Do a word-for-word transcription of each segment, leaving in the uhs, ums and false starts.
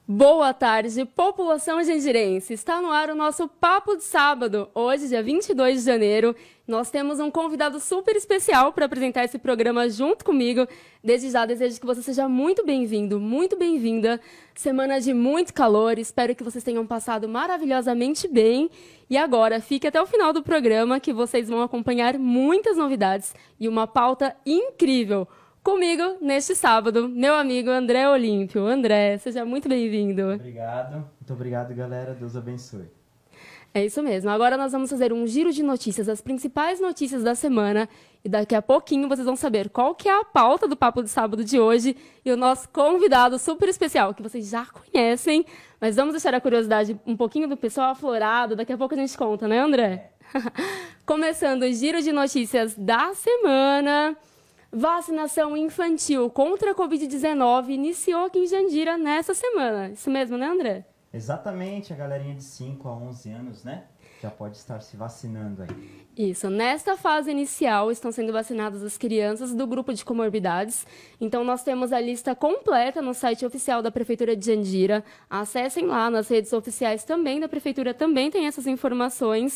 Boa tarde, população gengirense. Está no ar o nosso Papo de Sábado. Hoje, dia vinte e dois de janeiro, nós temos um convidado super especial para apresentar esse programa junto comigo. Desde já, desejo que você seja muito bem-vindo, muito bem-vinda. Semana de muito calor, espero que vocês tenham passado maravilhosamente bem. E agora, fique até o final do programa, que vocês vão acompanhar muitas novidades e uma pauta incrível. Comigo, neste sábado, meu amigo André Olímpio. André, seja muito bem-vindo. Obrigado. Muito obrigado, galera. Deus abençoe. É isso mesmo. Agora nós vamos fazer um giro de notícias, as principais notícias da semana. E daqui a pouquinho vocês vão saber qual que é a pauta do Papo de Sábado de hoje e o nosso convidado super especial, que vocês já conhecem. Mas vamos deixar a curiosidade um pouquinho do pessoal aflorado. Daqui a pouco a gente conta, né, André? É. Começando o giro de notícias da semana... Vacinação infantil contra a covid dezenove iniciou aqui em Jandira nessa semana. Isso mesmo, né, André? Exatamente, a galerinha de cinco a onze anos, né? Já pode estar se vacinando aí. Isso. Nesta fase inicial estão sendo vacinadas as crianças do grupo de comorbidades. Então, nós temos a lista completa no site oficial da Prefeitura de Jandira. Acessem lá nas redes oficiais também da Prefeitura, também tem essas informações.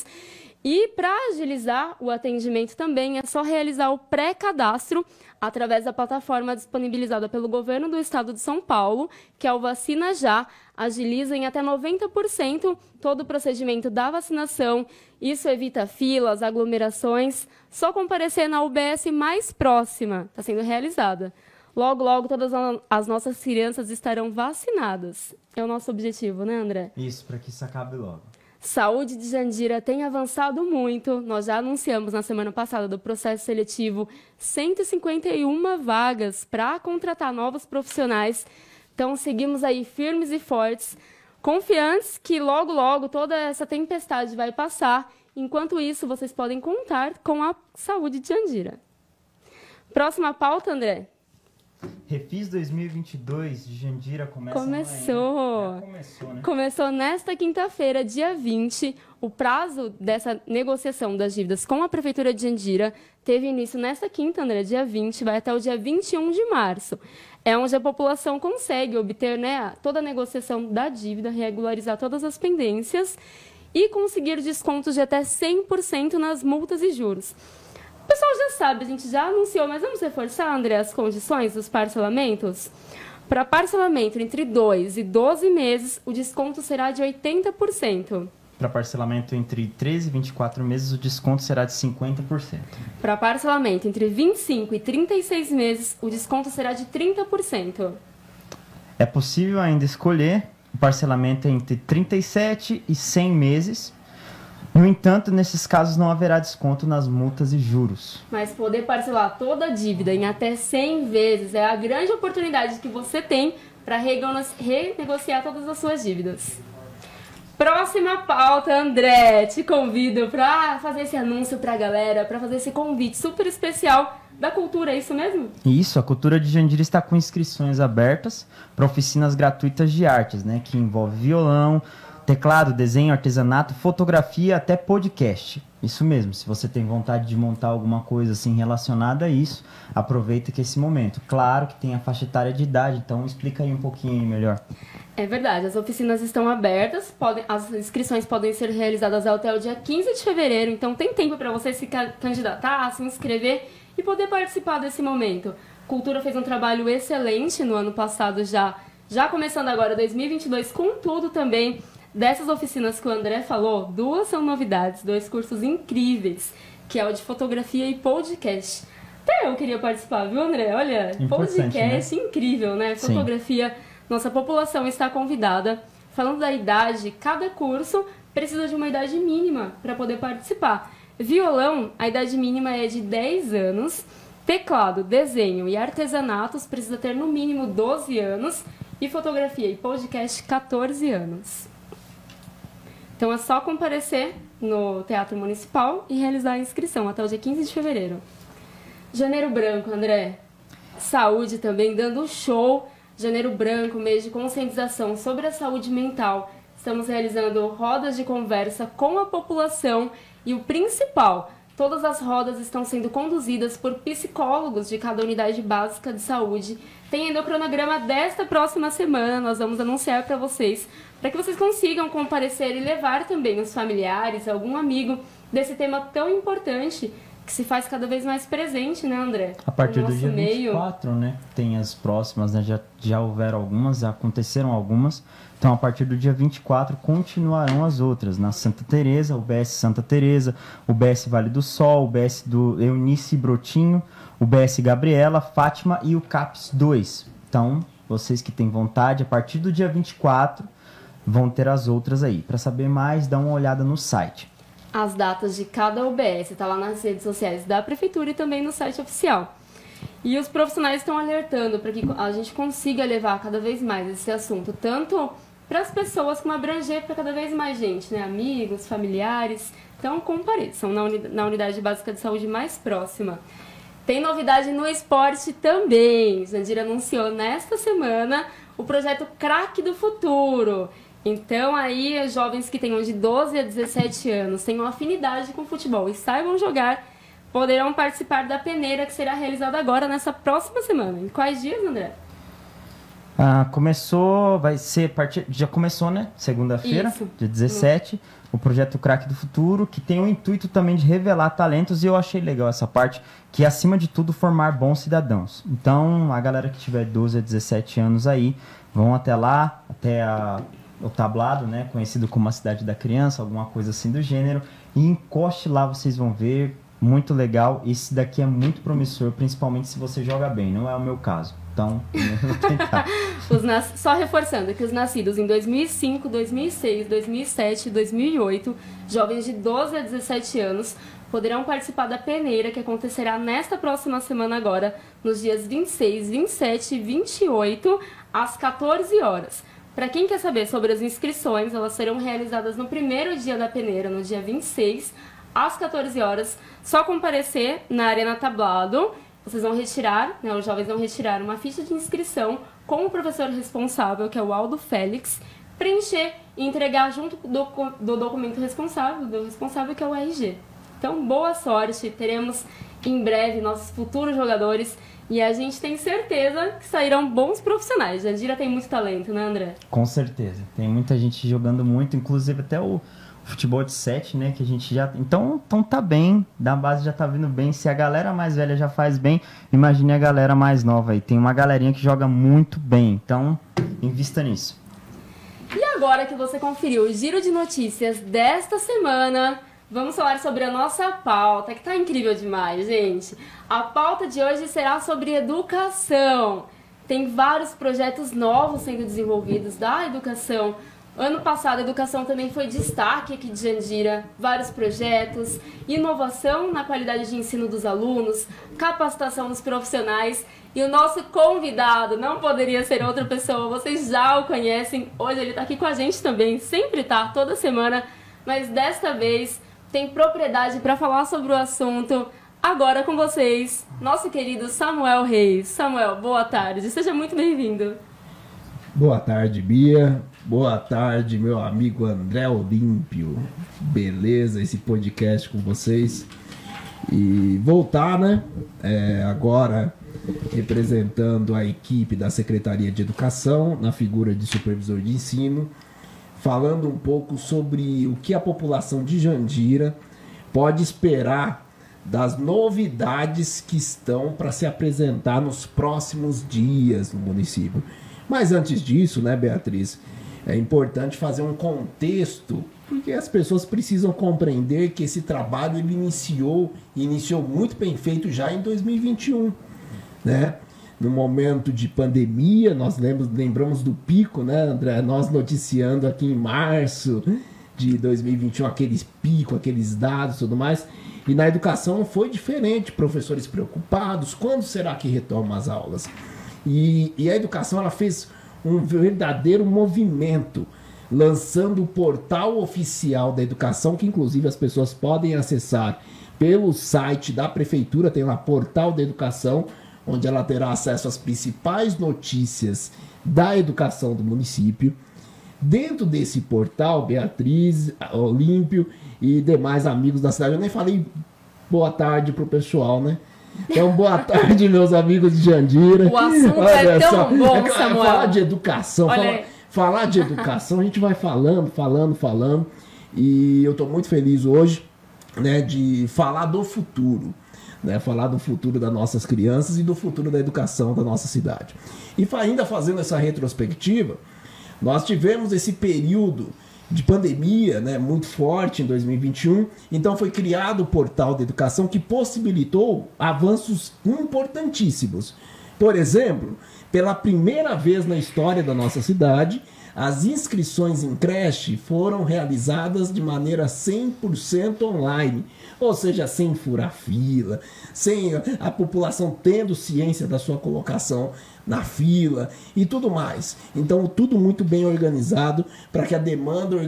E para agilizar o atendimento também é só realizar o pré-cadastro através da plataforma disponibilizada pelo Governo do Estado de São Paulo, que é o Vacina Já. Agiliza em até noventa por cento todo o procedimento da vacinação. Isso evita filas, aglomerações. Só comparecer na U B S mais próxima. Está sendo realizada. Logo, logo, todas as nossas crianças estarão vacinadas. É o nosso objetivo, né, André? Isso, para que isso acabe logo. Saúde de Jandira tem avançado muito. Nós já anunciamos na semana passada do processo seletivo cento e cinquenta e uma vagas para contratar novos profissionais. Então, seguimos aí firmes e fortes, confiantes que logo, logo toda essa tempestade vai passar. Enquanto isso, vocês podem contar com a saúde de Jandira. Próxima pauta, André? Refis dois mil e vinte e dois de Jandira começa Começou. amanhã. Já começou, né? Começou nesta quinta-feira, dia vinte. O prazo dessa negociação das dívidas com a Prefeitura de Jandira teve início nesta quinta, André, dia vinte, vai até o dia vinte e um de março. É onde a população consegue obter, né, toda a negociação da dívida, regularizar todas as pendências e conseguir descontos de até cem por cento nas multas e juros. O pessoal já sabe, a gente já anunciou, mas vamos reforçar, André, as condições dos parcelamentos? Para parcelamento entre dois e doze meses, o desconto será de oitenta por cento. Para parcelamento entre treze e vinte e quatro meses, o desconto será de cinquenta por cento. Para parcelamento entre vinte e cinco e trinta e seis meses, o desconto será de trinta por cento. É possível ainda escolher o parcelamento entre trinta e sete e cem meses. No entanto, nesses casos não haverá desconto nas multas e juros. Mas poder parcelar toda a dívida em até cem vezes é a grande oportunidade que você tem para renegociar todas as suas dívidas. Próxima pauta, André. Te convido para fazer esse anúncio para a galera, para fazer esse convite super especial da cultura, é isso mesmo? Isso, a Cultura de Jandira está com inscrições abertas para oficinas gratuitas de artes, né, que envolve violão, teclado, desenho, artesanato, fotografia, até podcast. Isso mesmo, se você tem vontade de montar alguma coisa assim relacionada a isso, aproveita que esse momento. Claro que tem a faixa etária de idade, então explica aí um pouquinho melhor. É verdade, as oficinas estão abertas, podem, as inscrições podem ser realizadas até o dia quinze de fevereiro, então tem tempo para você se candidatar, se inscrever e poder participar desse momento. Cultura fez um trabalho excelente no ano passado já, já começando agora dois mil e vinte e dois com tudo também. Dessas oficinas que o André falou, duas são novidades, dois cursos incríveis, que é o de fotografia e podcast. Até eu queria participar, viu, André? Olha, podcast, né? Incrível, né? Fotografia, sim. Nossa população está convidada. Falando da idade, cada curso precisa de uma idade mínima para poder participar. Violão, a idade mínima é de dez anos. Teclado, desenho e artesanatos precisa ter no mínimo doze anos. E fotografia e podcast, quatorze anos. Então é só comparecer no Teatro Municipal e realizar a inscrição até o dia quinze de fevereiro. Janeiro Branco, André. Saúde também, dando show. Janeiro Branco, mês de conscientização sobre a saúde mental. Estamos realizando rodas de conversa com a população e o principal, Todas as rodas estão sendo conduzidas por psicólogos de cada unidade básica de saúde. Tem ainda o cronograma desta próxima semana, nós vamos anunciar para vocês, para que vocês consigam comparecer e levar também os familiares, algum amigo desse tema tão importante que se faz cada vez mais presente, né, André? A partir do dia meio. vinte e quatro, né? Tem as próximas, né? Já, já houveram algumas, já aconteceram algumas. Então, a partir do dia vinte e quatro, continuarão as outras. Na Santa Teresa, o B S Santa Teresa, o B S Vale do Sol, o B S do Eunice Brotinho, o B S Gabriela, Fátima e o CAPS dois. Então, vocês que têm vontade, a partir do dia vinte e quatro, vão ter as outras aí. Para saber mais, dá uma olhada no site. As datas de cada U B S, está lá nas redes sociais da Prefeitura e também no site oficial. E os profissionais estão alertando para que a gente consiga levar cada vez mais esse assunto, tanto para as pessoas como abranger para cada vez mais gente, né? Amigos, familiares. Então, compareçam na, uni na unidade básica de saúde mais próxima. Tem novidade no esporte também. Jandira anunciou nesta semana o projeto Craque do Futuro. Então, aí, os jovens que tenham de doze a dezessete anos, tenham afinidade com futebol e saibam jogar, poderão participar da peneira que será realizada agora, nessa próxima semana. Em quais dias, André? Ah, começou, vai ser, part... já começou, né? Segunda-feira, dia dezessete, o projeto Craque do Futuro, que tem o intuito também de revelar talentos, e eu achei legal essa parte, que acima de tudo, formar bons cidadãos. Então, a galera que tiver doze a dezessete anos aí, vão até lá, até a... o tablado, né, conhecido como a Cidade da Criança, alguma coisa assim do gênero, e encoste lá, vocês vão ver, muito legal. Esse daqui é muito promissor, principalmente se você joga bem, não é o meu caso, então eu vou tentar. Os nas... Só reforçando que os nascidos em dois mil e cinco, dois mil e seis, dois mil e sete e dois mil e oito, jovens de doze a dezessete anos, poderão participar da peneira que acontecerá nesta próxima semana agora, nos dias vinte e seis, vinte e sete e vinte e oito, às quatorze horas. Para quem quer saber sobre as inscrições, elas serão realizadas no primeiro dia da peneira, no dia vinte e seis, às quatorze horas. Só comparecer na Arena Tablado. Vocês vão retirar, né, os jovens vão retirar uma ficha de inscrição com o professor responsável, que é o Aldo Félix, preencher e entregar junto do, do documento responsável, do responsável, que é o R G. Então, boa sorte. Teremos em breve nossos futuros jogadores. E a gente tem certeza que sairão bons profissionais. A Jandira tem muito talento, né, André? Com certeza. Tem muita gente jogando muito, inclusive até o futebol de sete, né, que a gente já... Então, então tá bem, da base já tá vindo bem. Se a galera mais velha já faz bem, imagine a galera mais nova aí. Tem uma galerinha que joga muito bem, então invista nisso. E agora que você conferiu o giro de notícias desta semana, vamos falar sobre a nossa pauta, que tá incrível demais, gente. A pauta de hoje será sobre educação. Tem vários projetos novos sendo desenvolvidos da educação. Ano passado, a educação também foi destaque aqui de Jandira. Vários projetos, inovação na qualidade de ensino dos alunos, capacitação dos profissionais. E o nosso convidado não poderia ser outra pessoa, vocês já o conhecem. Hoje ele está aqui com a gente também, sempre tá, toda semana. Mas desta vez tem propriedade para falar sobre o assunto. Agora com vocês, nosso querido Samuel Reis. Samuel, boa tarde, seja muito bem-vindo. Boa tarde, Bia. Boa tarde, meu amigo André Olímpio. Beleza, esse podcast com vocês. E voltar, né? É, agora representando a equipe da Secretaria de Educação, na figura de supervisor de ensino, falando um pouco sobre o que a população de Jandira pode esperar das novidades que estão para se apresentar nos próximos dias no município. Mas antes disso, né, Beatriz, é importante fazer um contexto, porque as pessoas precisam compreender que esse trabalho ele iniciou, iniciou muito bem feito já em dois mil e vinte e um, né? No momento de pandemia, nós lembramos, lembramos do pico, né, André? Nós noticiando aqui em março de dois mil e vinte e um aqueles picos, aqueles dados e tudo mais. E na educação foi diferente, professores preocupados, quando será que retomam as aulas? E, e a educação ela fez um verdadeiro movimento, lançando o portal oficial da educação, que inclusive as pessoas podem acessar pelo site da prefeitura, tem lá Portal da Educação, onde ela terá acesso às principais notícias da educação do município. Dentro desse portal, Beatriz, Olímpio e demais amigos da cidade, eu nem falei boa tarde pro pessoal, né? Então, boa tarde, meus amigos de Jandira. O assunto Olha é tão só. bom, É, Samuel. Falar de educação, Olha falar, aí. falar de educação, a gente vai falando, falando, falando. E eu tô muito feliz hoje, né, de falar do futuro. Né, falar do futuro das nossas crianças e do futuro da educação da nossa cidade. E ainda fazendo essa retrospectiva, nós tivemos esse período de pandemia, né, muito forte em dois mil e vinte e um, então foi criado o Portal da Educação que possibilitou avanços importantíssimos. Por exemplo, pela primeira vez na história da nossa cidade, as inscrições em creche foram realizadas de maneira cem por cento online, ou seja, sem furar fila, sem a população tendo ciência da sua colocação na fila e tudo mais. Então, tudo muito bem organizado para que a demanda,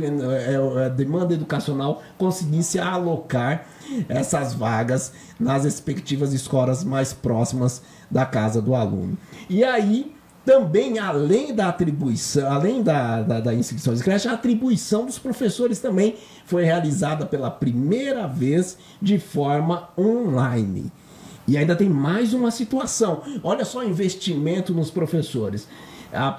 a demanda educacional conseguisse alocar essas vagas nas respectivas escolas mais próximas da casa do aluno. E aí, também, além da atribuição, além da, da, da inscrição de creche, a atribuição dos professores também foi realizada pela primeira vez de forma online. E ainda tem mais uma situação. Olha só o investimento nos professores. A,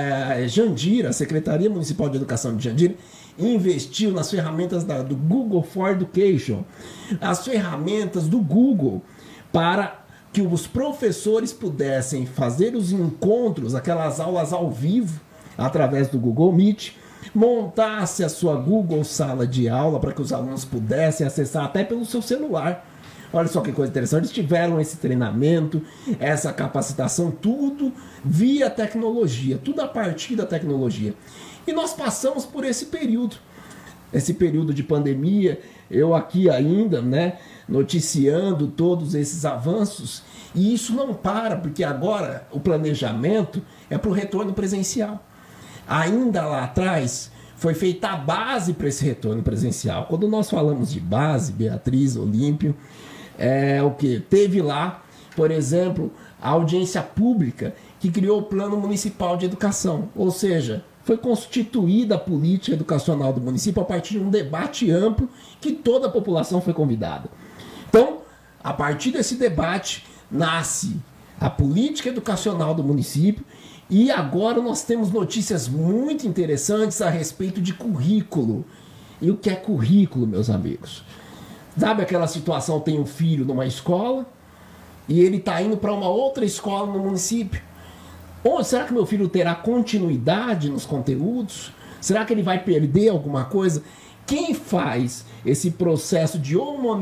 a Jandira, a Secretaria Municipal de Educação de Jandira, investiu nas ferramentas da, do Google for Education, as ferramentas do Google para que os professores pudessem fazer os encontros, aquelas aulas ao vivo, através do Google Meet, montasse a sua Google Sala de Aula para que os alunos pudessem acessar até pelo seu celular. Olha só que coisa interessante, eles tiveram esse treinamento, essa capacitação, tudo via tecnologia, tudo a partir da tecnologia. E nós passamos por esse período, esse período de pandemia, eu aqui ainda, né, noticiando todos esses avanços, e isso não para, porque agora o planejamento é para o retorno presencial. Ainda lá atrás foi feita a base para esse retorno presencial. Quando nós falamos de base, Beatriz, Olímpio, é o que? Teve lá, por exemplo, a audiência pública que criou o Plano Municipal de Educação, ou seja, foi constituída a política educacional do município a partir de um debate amplo que toda a população foi convidada. Então, a partir desse debate, nasce a política educacional do município e agora nós temos notícias muito interessantes a respeito de currículo. E o que é currículo, meus amigos? Sabe aquela situação, tem um filho numa escola e ele está indo para uma outra escola no município. Ou será que meu filho terá continuidade nos conteúdos? Será que ele vai perder alguma coisa? Quem faz esse processo de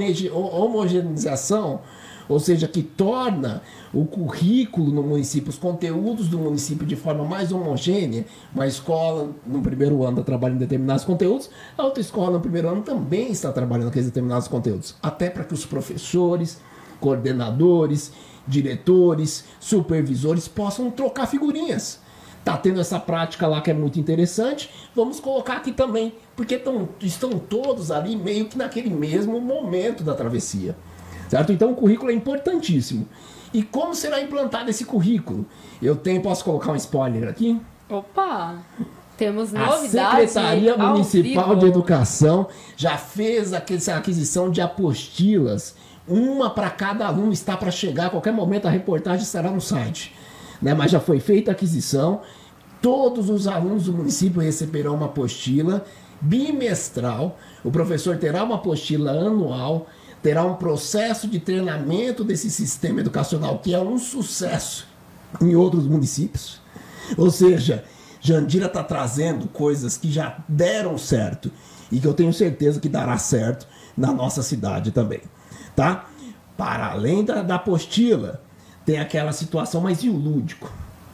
homogeneização, ou seja, que torna o currículo no município, os conteúdos do município de forma mais homogênea, uma escola no primeiro ano está trabalhando em determinados conteúdos, a outra escola no primeiro ano também está trabalhando aqueles determinados conteúdos, até para que os professores, coordenadores, diretores, supervisores possam trocar figurinhas. Está tendo essa prática lá que é muito interessante, vamos colocar aqui também, porque tão, estão todos ali meio que naquele mesmo momento da travessia. Certo? Então o currículo é importantíssimo. E como será implantado esse currículo? Eu tenho, posso colocar um spoiler aqui? Opa! Temos A novidades. Secretaria ao Municipal vivo. de Educação já fez essa aquisição de apostilas, uma para cada aluno, está para chegar, a qualquer momento a reportagem estará no site. Né? Mas já foi feita a aquisição, todos os alunos do município receberão uma apostila bimestral, o professor terá uma apostila anual, terá um processo de treinamento desse sistema educacional que é um sucesso em outros municípios. Ou seja, Jandira está trazendo coisas que já deram certo e que eu tenho certeza que dará certo na nossa cidade também. Tá? Para além da, da apostila, tem aquela situação, mas e o lúdico?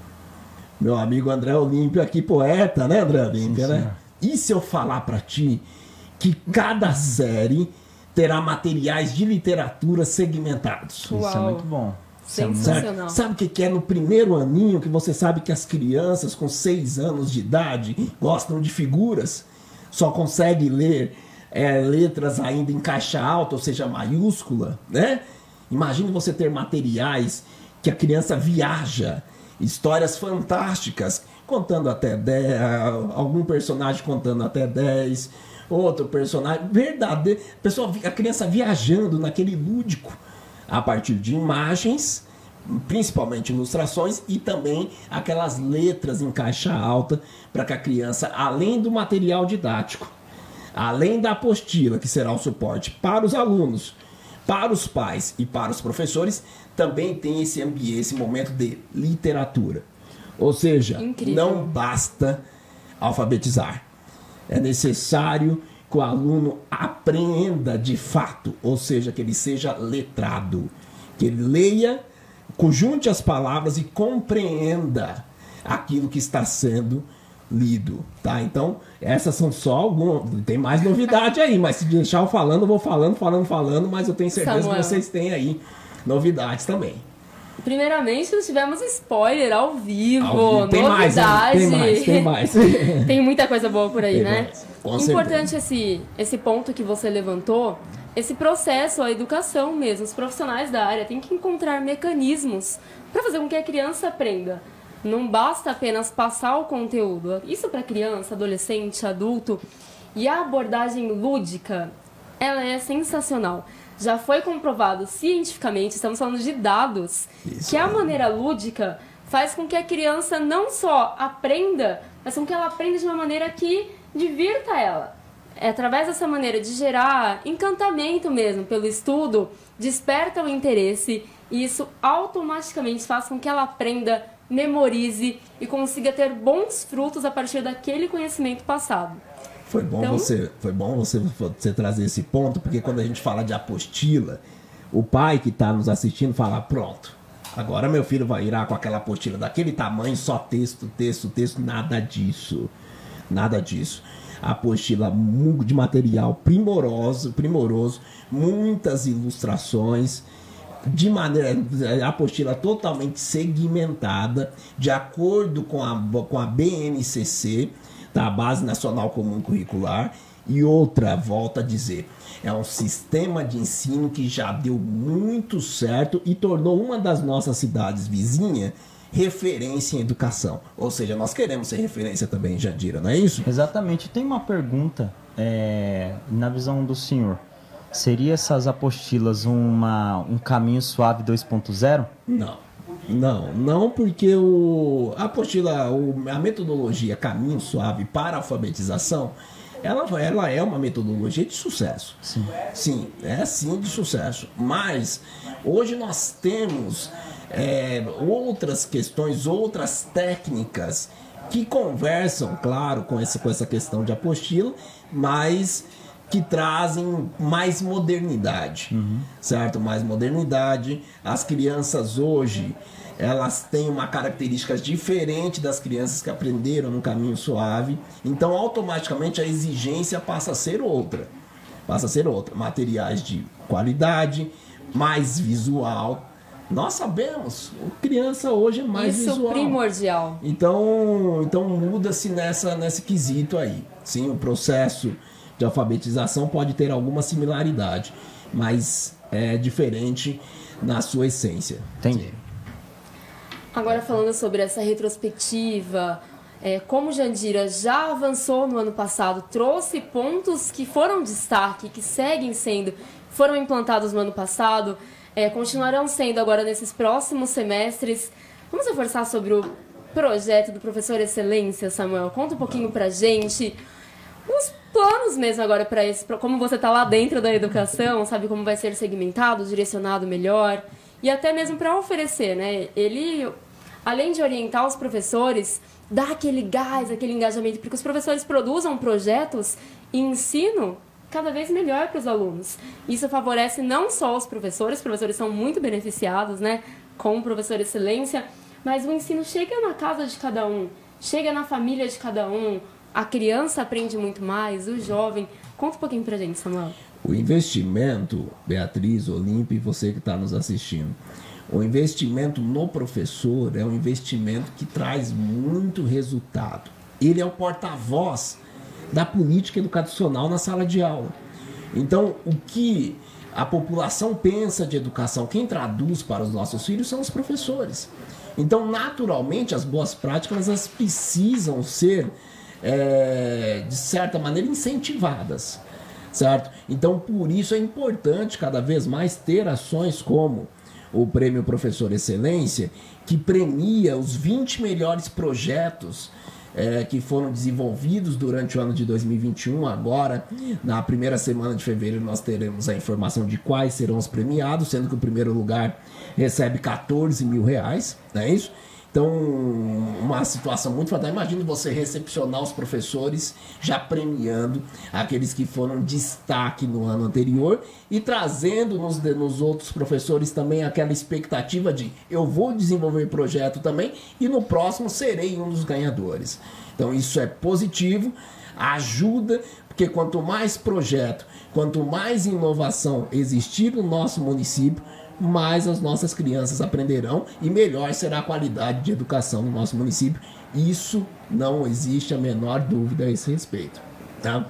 Meu amigo André Olímpio aqui, poeta, né, André Olímpio, Sim, né? E se eu falar para ti que cada série terá materiais de literatura segmentados? Uau. Isso é muito bom. Isso é muito- Sensacional. Sabe o que que é no primeiro aninho, que você sabe que as crianças com seis anos de idade gostam de figuras, só conseguem ler é, letras ainda em caixa alta, ou seja, maiúscula, né? Imagine você ter materiais que a criança viaja, histórias fantásticas, contando até dez, algum personagem contando até dez, outro personagem, verdadeiro, a, pessoa, a criança viajando naquele lúdico, a partir de imagens, principalmente ilustrações, e também aquelas letras em caixa alta, para que a criança, além do material didático, além da apostila, que será o suporte para os alunos, para os pais e para os professores, também tem esse ambiente, esse momento de literatura. Ou seja, incrível. Não basta alfabetizar. É necessário que o aluno aprenda de fato, ou seja, que ele seja letrado, que ele leia, conjunte as palavras e compreenda aquilo que está sendo lido, tá? Então, essas são só algumas, tem mais novidade aí, mas se deixar eu falando, eu vou falando, falando, falando, mas eu tenho certeza Samuel. que vocês têm aí novidades também. Primeiramente, nós tivemos spoiler ao vivo, ao vivo. Tem novidade. Mais, tem mais, tem mais. Tem muita coisa boa por aí, tem né? Importante esse, esse ponto que você levantou, esse processo, a educação mesmo, os profissionais da área têm que encontrar mecanismos para fazer com que a criança aprenda. Não basta apenas passar o conteúdo. Isso para criança, adolescente, adulto. E a abordagem lúdica, ela é sensacional. Já foi comprovado cientificamente, estamos falando de dados, Isso. que a maneira lúdica faz com que a criança não só aprenda, mas com que ela aprenda de uma maneira que divirta ela. É através dessa maneira de gerar encantamento mesmo pelo estudo, desperta o interesse e isso automaticamente faz com que ela aprenda, memorize e consiga ter bons frutos a partir daquele conhecimento passado. Foi bom, então, você, foi bom você, você trazer esse ponto, porque quando a gente fala de apostila, o pai que está nos assistindo fala, pronto, agora meu filho vai irá com aquela apostila daquele tamanho, só texto, texto, texto, nada disso, nada disso. A apostila de material primoroso, primoroso, muitas ilustrações, de maneira, a apostila totalmente segmentada, de acordo com a, com a B N C C, da Base Nacional Comum Curricular, e outra, volta a dizer, é um sistema de ensino que já deu muito certo e tornou uma das nossas cidades vizinhas referência em educação. Ou seja, nós queremos ser referência também, Jandira, não é isso? Exatamente. Tem uma pergunta, é, na visão do senhor. Seria essas apostilas uma, um caminho suave dois ponto zero? Não. Não, não porque o, a apostila, o, a metodologia Caminho Suave para a Alfabetização, ela, ela é uma metodologia de sucesso. Sim. Sim, é sim de sucesso. Mas hoje nós temos é, outras questões, outras técnicas que conversam, claro, com essa, com essa questão de apostila, mas que trazem mais modernidade, uhum. certo? Mais modernidade. As crianças hoje, elas têm uma característica diferente das crianças que aprenderam no Caminho Suave. Então, automaticamente, a exigência passa a ser outra. Passa a ser outra. Materiais de qualidade, mais visual. Nós sabemos, a criança hoje é mais Isso visual. Isso primordial. Então, então muda-se nessa, nesse quesito aí. Sim, o processo de alfabetização pode ter alguma similaridade, mas é diferente na sua essência. Entendi. Agora falando sobre essa retrospectiva, é, como Jandira já avançou no ano passado, trouxe pontos que foram destaque, que seguem sendo, foram implantados no ano passado, é, continuarão sendo agora nesses próximos semestres. Vamos reforçar sobre o projeto do Professor Excelência, Samuel? Conta um pouquinho pra gente. Os planos mesmo agora para esse, como você está lá dentro da educação, sabe como vai ser segmentado, direcionado melhor, e até mesmo para oferecer, né? Ele, além de orientar os professores, dá aquele gás, aquele engajamento, porque os professores produzam projetos e ensino cada vez melhor para os alunos. Isso favorece não só os professores, os professores são muito beneficiados, né, com o Professor Excelência, mas o ensino chega na casa de cada um, chega na família de cada um. A criança aprende muito mais, o jovem. Conta um pouquinho pra gente, Samuel. O investimento, Beatriz, Olímpia e você que está nos assistindo, o investimento no professor é um investimento que traz muito resultado. Ele é o porta-voz da política educacional na sala de aula. Então, o que a população pensa de educação, quem traduz para os nossos filhos são os professores. Então, naturalmente, as boas práticas elas precisam ser é, de certa maneira, incentivadas, certo? Então, por isso é importante cada vez mais ter ações como o Prêmio Professor Excelência, que premia os vinte melhores projetos é, que foram desenvolvidos durante o ano de dois mil e vinte e um. Agora, na primeira semana de fevereiro, nós teremos a informação de quais serão os premiados, sendo que o primeiro lugar recebe quatorze mil reais, não é isso? Então, uma situação muito fantástica. Imagina você recepcionar os professores já premiando aqueles que foram destaque no ano anterior e trazendo nos, nos outros professores também aquela expectativa de eu vou desenvolver projeto também e no próximo serei um dos ganhadores. Então, isso é positivo, ajuda, porque quanto mais projeto, quanto mais inovação existir no nosso município, mais as nossas crianças aprenderão e melhor será a qualidade de educação no nosso município. Isso não existe a menor dúvida a esse respeito, tá?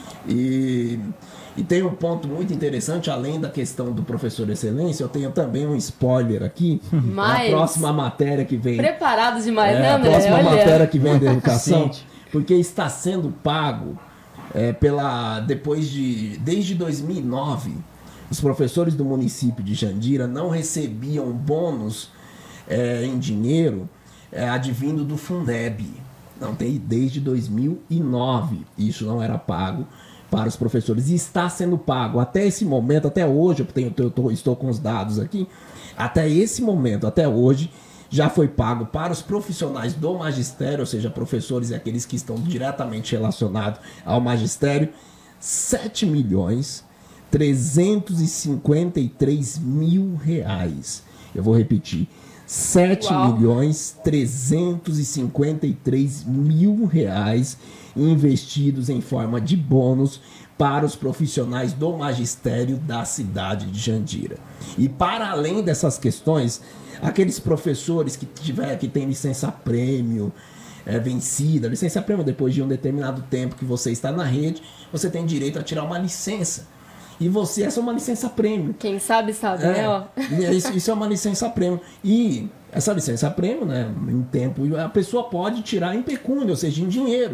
E, e tem um ponto muito interessante, além da questão do professor excelência, eu tenho também um spoiler aqui. Mas... a próxima matéria que vem... Preparado demais, é, né, André? A próxima Olha. matéria que vem da educação, porque está sendo pago é, pela, depois de, desde dois mil e nove... os professores do município de Jandira não recebiam bônus é, em dinheiro é, advindo do Fundeb. Não tem desde dois mil e nove. Isso não era pago para os professores. E está sendo pago até esse momento, até hoje, eu, tenho, eu tô, estou com os dados aqui, até esse momento, até hoje, já foi pago para os profissionais do magistério, ou seja, professores e aqueles que estão diretamente relacionados ao magistério, sete milhões trezentos e cinquenta e três mil reais. Eu vou repetir. sete milhões trezentos e cinquenta e três mil reais investidos em forma de bônus para os profissionais do magistério da cidade de Jandira. E para além dessas questões, aqueles professores que tiver, que têm licença prêmio é, vencida, licença prêmio depois de um determinado tempo que você está na rede, você tem direito a tirar uma licença. E você, essa é uma licença prêmio. Quem sabe, sabe, é, né? Ó. Isso, isso é uma licença prêmio. E essa licença prêmio, né, em tempo, a pessoa pode tirar em pecúnia, ou seja, em dinheiro.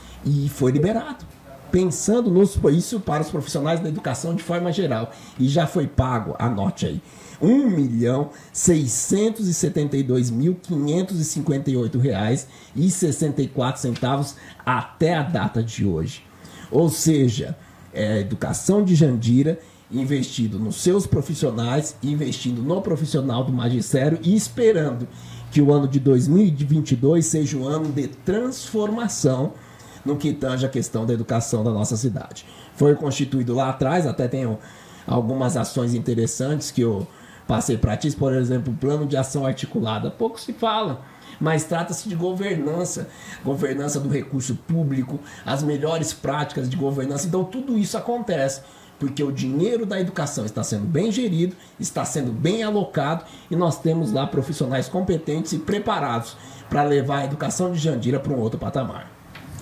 E foi liberado. Pensando nos, isso para os profissionais da educação de forma geral. E já foi pago, anote aí, um milhão seiscentos e setenta e dois mil quinhentos e cinquenta e oito reais e sessenta e quatro centavos até a data de hoje. Ou seja, é a educação de Jandira investido nos seus profissionais, investindo no profissional do magistério e esperando que o ano de dois mil e vinte e dois seja um ano de transformação no que tange a questão da educação da nossa cidade. Foi constituído lá atrás, até tem algumas ações interessantes que eu passei para ti, por exemplo, o plano de ação articulada. Pouco se fala, mas trata-se de governança, governança do recurso público, as melhores práticas de governança. Então tudo isso acontece porque o dinheiro da educação está sendo bem gerido, está sendo bem alocado e nós temos lá profissionais competentes e preparados para levar a educação de Jandira para um outro patamar.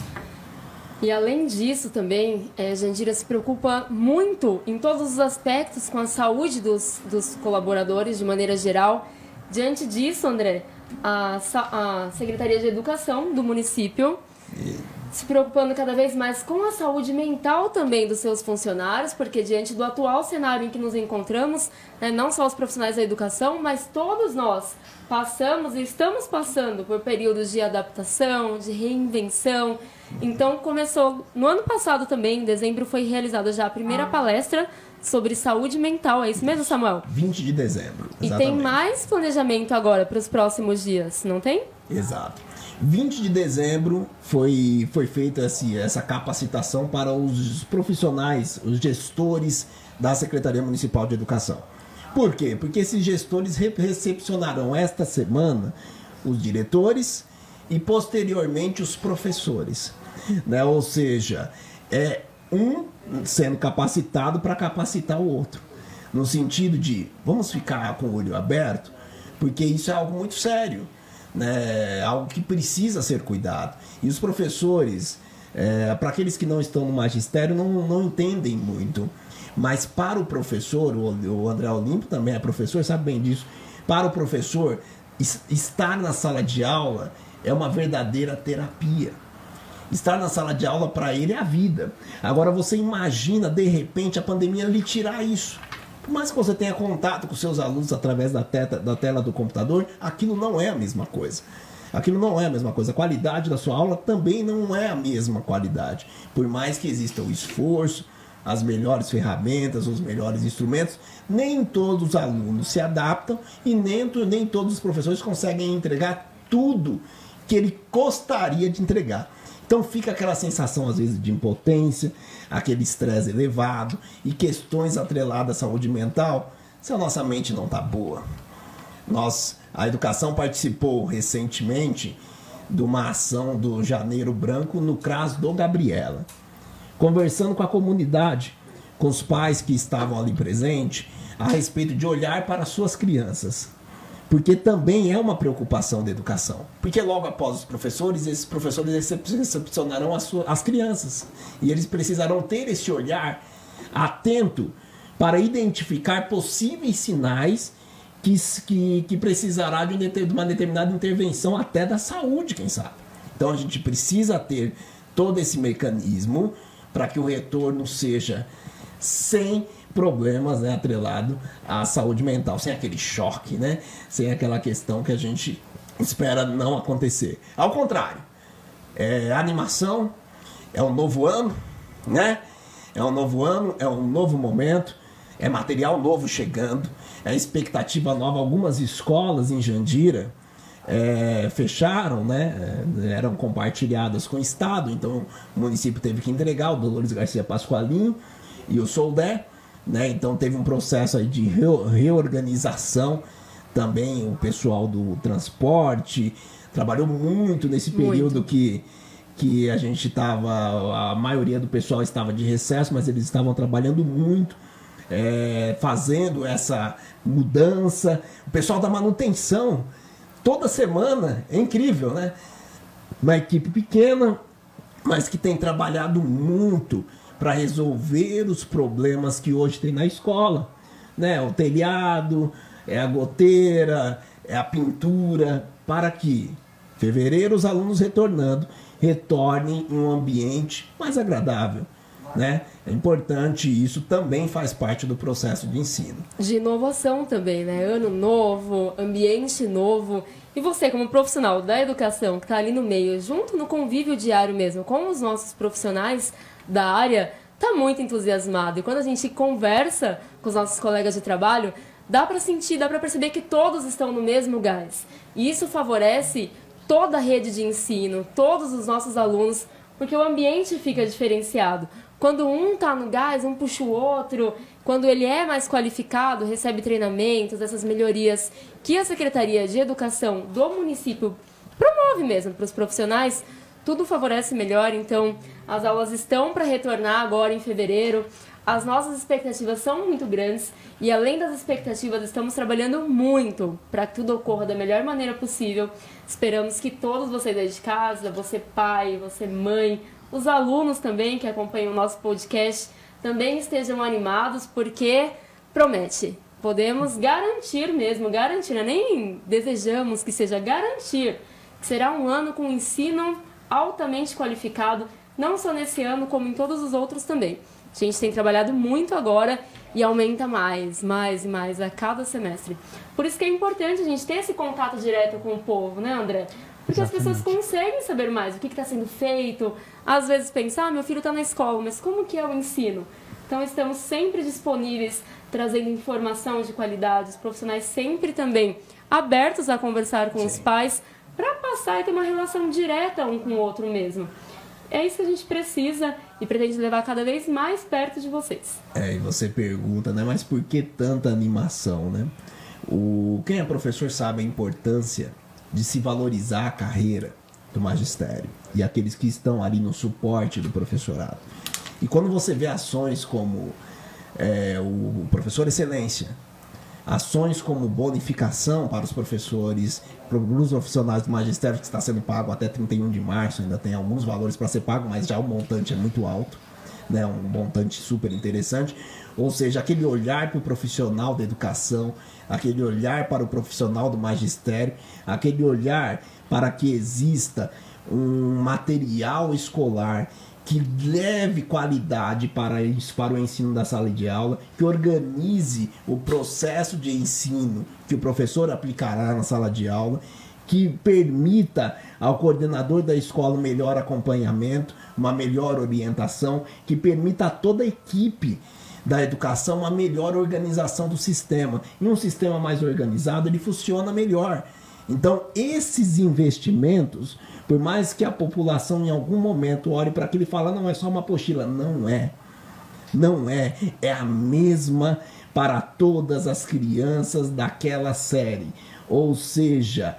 E além disso também, é, Jandira se preocupa muito em todos os aspectos com a saúde dos, dos colaboradores de maneira geral. Diante disso, André, a, a Secretaria de Educação do município se preocupando cada vez mais com a saúde mental também dos seus funcionários, porque diante do atual cenário em que nos encontramos, né, não só os profissionais da educação, mas todos nós passamos e estamos passando por períodos de adaptação, de reinvenção. Então começou, no ano passado também, em dezembro, foi realizada já a primeira palestra sobre saúde mental, é isso mesmo, Samuel? vinte de dezembro, exatamente. E tem mais planejamento agora para os próximos dias, não tem? Exato. vinte de dezembro foi, foi feita esse, essa capacitação para os profissionais, os gestores da Secretaria Municipal de Educação. Por quê? Porque esses gestores recepcionarão esta semana os diretores e posteriormente os professores, né? Ou seja, é um sendo capacitado para capacitar o outro, no sentido de vamos ficar com o olho aberto, porque isso é algo muito sério, né? Algo que precisa ser cuidado. E os professores, é, para aqueles que não estão no magistério, não, não entendem muito. Mas para o professor, o André Olímpio também é professor, sabe bem disso. Para o professor, estar na sala de aula é uma verdadeira terapia. Estar na sala de aula para ele é a vida. Agora você imagina, de repente, a pandemia lhe tirar isso. Por mais que você tenha contato com seus alunos através da tela, da tela do computador, aquilo não é a mesma coisa. Aquilo não é a mesma coisa. A qualidade da sua aula também não é a mesma qualidade. Por mais que exista o esforço, as melhores ferramentas, os melhores instrumentos, nem todos os alunos se adaptam e nem, nem todos os professores conseguem entregar tudo que ele gostaria de entregar. Então fica aquela sensação, às vezes, de impotência, aquele estresse elevado e questões atreladas à saúde mental, se a nossa mente não está boa. Nós, a educação participou recentemente de uma ação do Janeiro Branco no CRAS do Gabriela. Conversando com a comunidade, com os pais que estavam ali presentes, a respeito de olhar para suas crianças. Porque também é uma preocupação da educação. Porque logo após os professores, esses professores recepcionarão as, suas, as crianças. E eles precisarão ter esse olhar atento para identificar possíveis sinais que, que, que precisará de uma determinada intervenção até da saúde, quem sabe. Então a gente precisa ter todo esse mecanismo para que o retorno seja sem problemas, né, atrelado à saúde mental, sem aquele choque, né, sem aquela questão que a gente espera não acontecer. Ao contrário, é animação, é um novo ano, né? É um novo ano, é um novo momento, é material novo chegando, é expectativa nova. Algumas escolas em Jandira é, fecharam, né? Eram compartilhadas com o Estado, então o município teve que entregar, o Dolores Garcia Pascoalinho e o Soldé, né? Então teve um processo aí de reorganização. Também o pessoal do transporte trabalhou muito nesse período muito. que que a gente estava, a maioria do pessoal estava de recesso, mas eles estavam trabalhando muito, é, fazendo essa mudança. O pessoal da manutenção, toda semana, é incrível, né? Uma equipe pequena, mas que tem trabalhado muito para resolver os problemas que hoje tem na escola, né? O telhado, é a goteira, é a pintura, para que em fevereiro os alunos retornando, retornem em um ambiente mais agradável, né? É importante, isso também faz parte do processo de ensino. De inovação também, né? Ano novo, ambiente novo. E você, como profissional da educação, que está ali no meio, junto no convívio diário mesmo, com os nossos profissionais da área, está muito entusiasmado. E quando a gente conversa com os nossos colegas de trabalho, dá para sentir, dá para perceber que todos estão no mesmo gás. E isso favorece toda a rede de ensino, todos os nossos alunos, porque o ambiente fica diferenciado. Quando um está no gás, um puxa o outro. Quando ele é mais qualificado, recebe treinamentos, essas melhorias que a Secretaria de Educação do município promove mesmo para os profissionais, tudo favorece melhor. Então, as aulas estão para retornar agora em fevereiro. As nossas expectativas são muito grandes e, além das expectativas, estamos trabalhando muito para que tudo ocorra da melhor maneira possível. Esperamos que todos vocês aí de casa, você pai, você mãe, os alunos também que acompanham o nosso podcast, também estejam animados, porque promete. Podemos garantir mesmo, garantir, né? Nem desejamos que seja garantir, que será um ano com ensino altamente qualificado, não só nesse ano, como em todos os outros também. A gente tem trabalhado muito agora e aumenta mais, mais e mais a cada semestre. Por isso que é importante a gente ter esse contato direto com o povo, né, André? Porque Exatamente. As pessoas conseguem saber mais o que está sendo feito. Às vezes pensar, ah, meu filho está na escola, mas como que é o ensino? Então estamos sempre disponíveis, trazendo informação de qualidade, os profissionais sempre também abertos a conversar com Sim. os pais para passar e ter uma relação direta um com o outro mesmo. É isso que a gente precisa e pretende levar cada vez mais perto de vocês. É, e você pergunta, né? Mas por que tanta animação, né? O... Quem é professor sabe a importância de se valorizar a carreira do magistério e aqueles que estão ali no suporte do professorado. E quando você vê ações como é, o professor excelência, ações como bonificação para os professores, para os profissionais do magistério, que está sendo pago até trinta e um de março, ainda tem alguns valores para ser pago, mas já o montante é muito alto, né? Um montante super interessante. Ou seja, aquele olhar para o profissional da educação, aquele olhar para o profissional do magistério, aquele olhar para que exista um material escolar que leve qualidade para isso, para o ensino da sala de aula, que organize o processo de ensino que o professor aplicará na sala de aula, que permita ao coordenador da escola um melhor acompanhamento, uma melhor orientação, que permita a toda a equipe da educação uma melhor organização do sistema. E um sistema mais organizado, ele funciona melhor. Então, esses investimentos, por mais que a população em algum momento olhe para aquilo e fale, não, é só uma apostila. Não é. Não é. É a mesma para todas as crianças daquela série. Ou seja,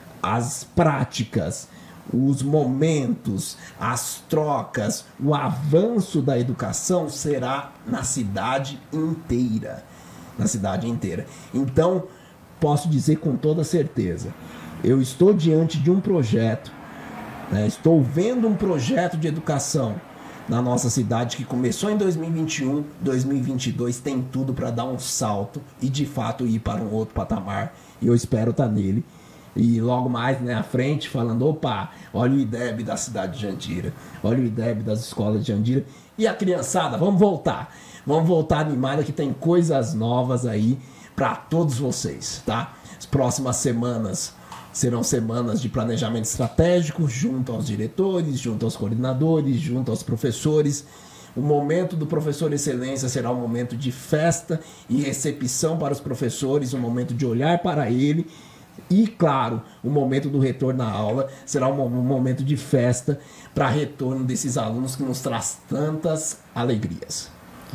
as práticas, os momentos, as trocas, o avanço da educação será na cidade inteira. Na cidade inteira. Então, posso dizer com toda certeza, eu estou diante de um projeto, né, estou vendo um projeto de educação na nossa cidade que começou em dois mil e vinte e um, dois mil e vinte e dois tem tudo para dar um salto e de fato ir para um outro patamar, e eu espero estar nele. E logo mais, né, à frente, falando, opa, olha o I D E B da cidade de Jandira, olha o I D E B das escolas de Jandira. E a criançada, vamos voltar, vamos voltar animada que tem coisas novas aí para todos vocês, tá? As próximas semanas serão semanas de planejamento estratégico junto aos diretores, junto aos coordenadores, junto aos professores. O momento do professor excelência será um momento de festa e recepção para os professores, um momento de olhar para ele. E, claro, o momento do retorno à aula será um momento de festa para retorno desses alunos que nos traz tantas alegrias.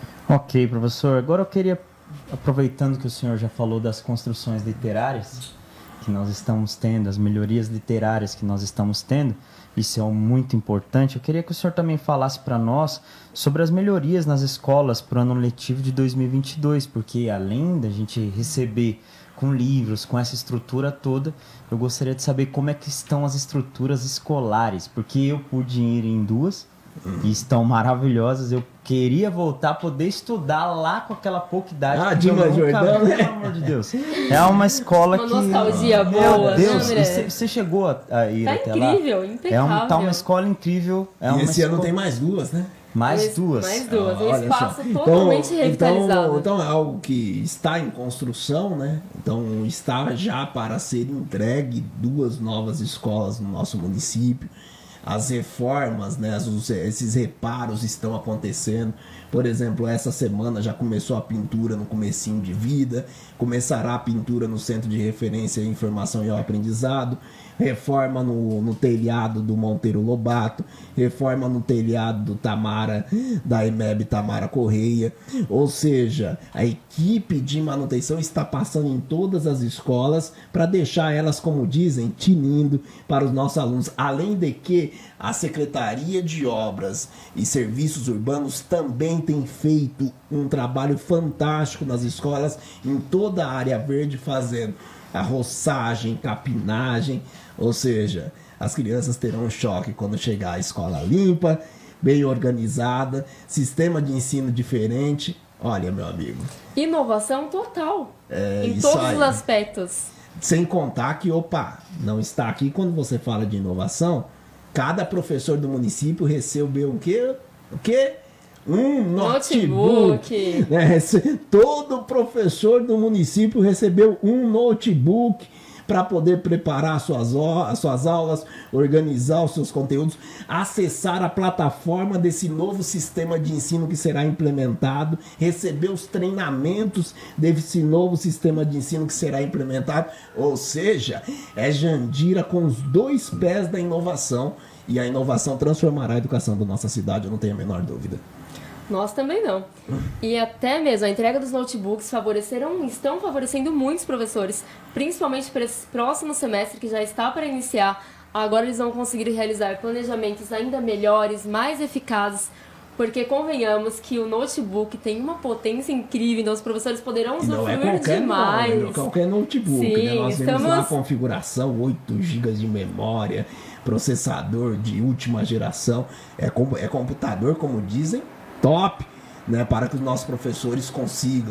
Ok, professor. Agora eu queria, aproveitando que o senhor já falou das construções literárias que nós estamos tendo, as melhorias literárias que nós estamos tendo, isso é muito importante. Eu queria que o senhor também falasse para nós sobre as melhorias nas escolas para o ano letivo de dois mil e vinte e dois, porque além da gente receber com livros, com essa estrutura toda, eu gostaria de saber como é que estão as estruturas escolares, porque eu pude ir em duas uhum. e estão maravilhosas. Eu queria voltar a poder estudar lá com aquela pouca idade. Ah, Dima Jordão, vi, pelo amor de Deus. É uma escola uma que... Uma nostalgia meu boa, Deus, né, você, você chegou a, a ir tá até incrível, lá? impecável. É um, tá uma escola incrível. É e uma esse escola... ano tem mais duas, né? Mais Esse, duas. Mais duas. Um Olha espaço só. totalmente então, revitalizado. Então, então é algo que está em construção, né? Então está já para ser entregue duas novas escolas no nosso município. As reformas, né? Os, esses reparos estão acontecendo. Por exemplo, essa semana já começou a pintura no comecinho de vida. Começará a pintura no Centro de Referência e Informação e Aprendizado. Reforma no, no telhado do Monteiro Lobato, reforma no telhado do Tamara, da E M E B Tamara Correia. Ou seja, a equipe de manutenção está passando em todas as escolas para deixar elas, como dizem, tinindo para os nossos alunos. Além de que a Secretaria de Obras e Serviços Urbanos também tem feito um trabalho fantástico nas escolas, em toda a área verde, fazendo a roçagem, capinagem. Ou seja, as crianças terão um choque quando chegar à escola limpa, bem organizada, sistema de ensino diferente. Olha, meu amigo. Inovação total. É, em isso todos aí. os aspectos. Sem contar que, opa, não está aqui quando você fala de inovação. Cada professor do município recebeu o quê? O quê? Um notebook. notebook. Né? Todo professor do município recebeu um notebook para poder preparar suas, as suas aulas, organizar os seus conteúdos, acessar a plataforma desse novo sistema de ensino que será implementado, receber os treinamentos desse novo sistema de ensino que será implementado. Ou seja, é Jandira com os dois pés da inovação, e a inovação transformará a educação da nossa cidade, eu não tenho a menor dúvida. Nós também não. E até mesmo a entrega dos notebooks favoreceram, estão favorecendo muitos professores, principalmente para esse próximo semestre que já está para iniciar. Agora eles vão conseguir realizar planejamentos ainda melhores, mais eficazes, porque convenhamos que o notebook tem uma potência incrível, então os professores poderão usufruir não é qualquer demais. Não, não é qualquer notebook, Sim, né? Nós estamos... temos lá a configuração, oito gigas de memória, processador de última geração, é, com, é computador, como dizem, top, né, para que os nossos professores consigam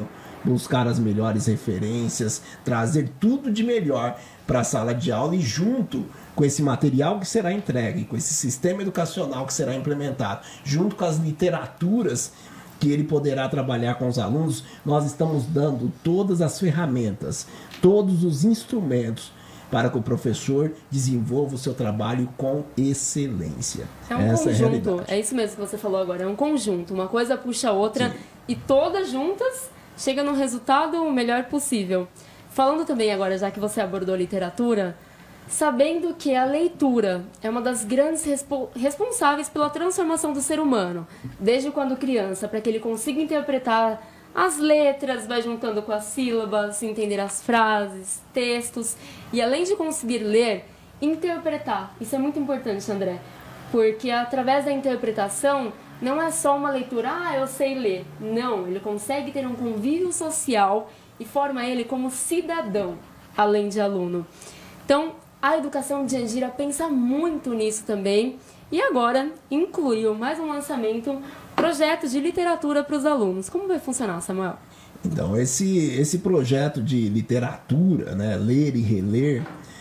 buscar as melhores referências, trazer tudo de melhor para a sala de aula e junto com esse material que será entregue, com esse sistema educacional que será implementado, junto com as literaturas que ele poderá trabalhar com os alunos, nós estamos dando todas as ferramentas, todos os instrumentos para que o professor desenvolva o seu trabalho com excelência. É um Essa conjunto, é, é isso mesmo que você falou agora, é um conjunto, uma coisa puxa a outra. Sim. E todas juntas chegam no resultado o melhor possível. Falando também agora, já que você abordou literatura, sabendo que a leitura é uma das grandes respo- responsáveis pela transformação do ser humano, desde quando criança, para que ele consiga interpretar as letras, vai juntando com as sílabas, entender as frases, textos, e além de conseguir ler, interpretar. Isso é muito importante, André, porque através da interpretação não é só uma leitura, ah, eu sei ler. Não, ele consegue ter um convívio social e forma ele como cidadão, além de aluno. Então, a educação de Jandira pensa muito nisso também e agora incluiu mais um lançamento, projeto de literatura para os alunos. Como vai funcionar, Samuel? Então, esse, esse projeto de literatura, né, ler e reler,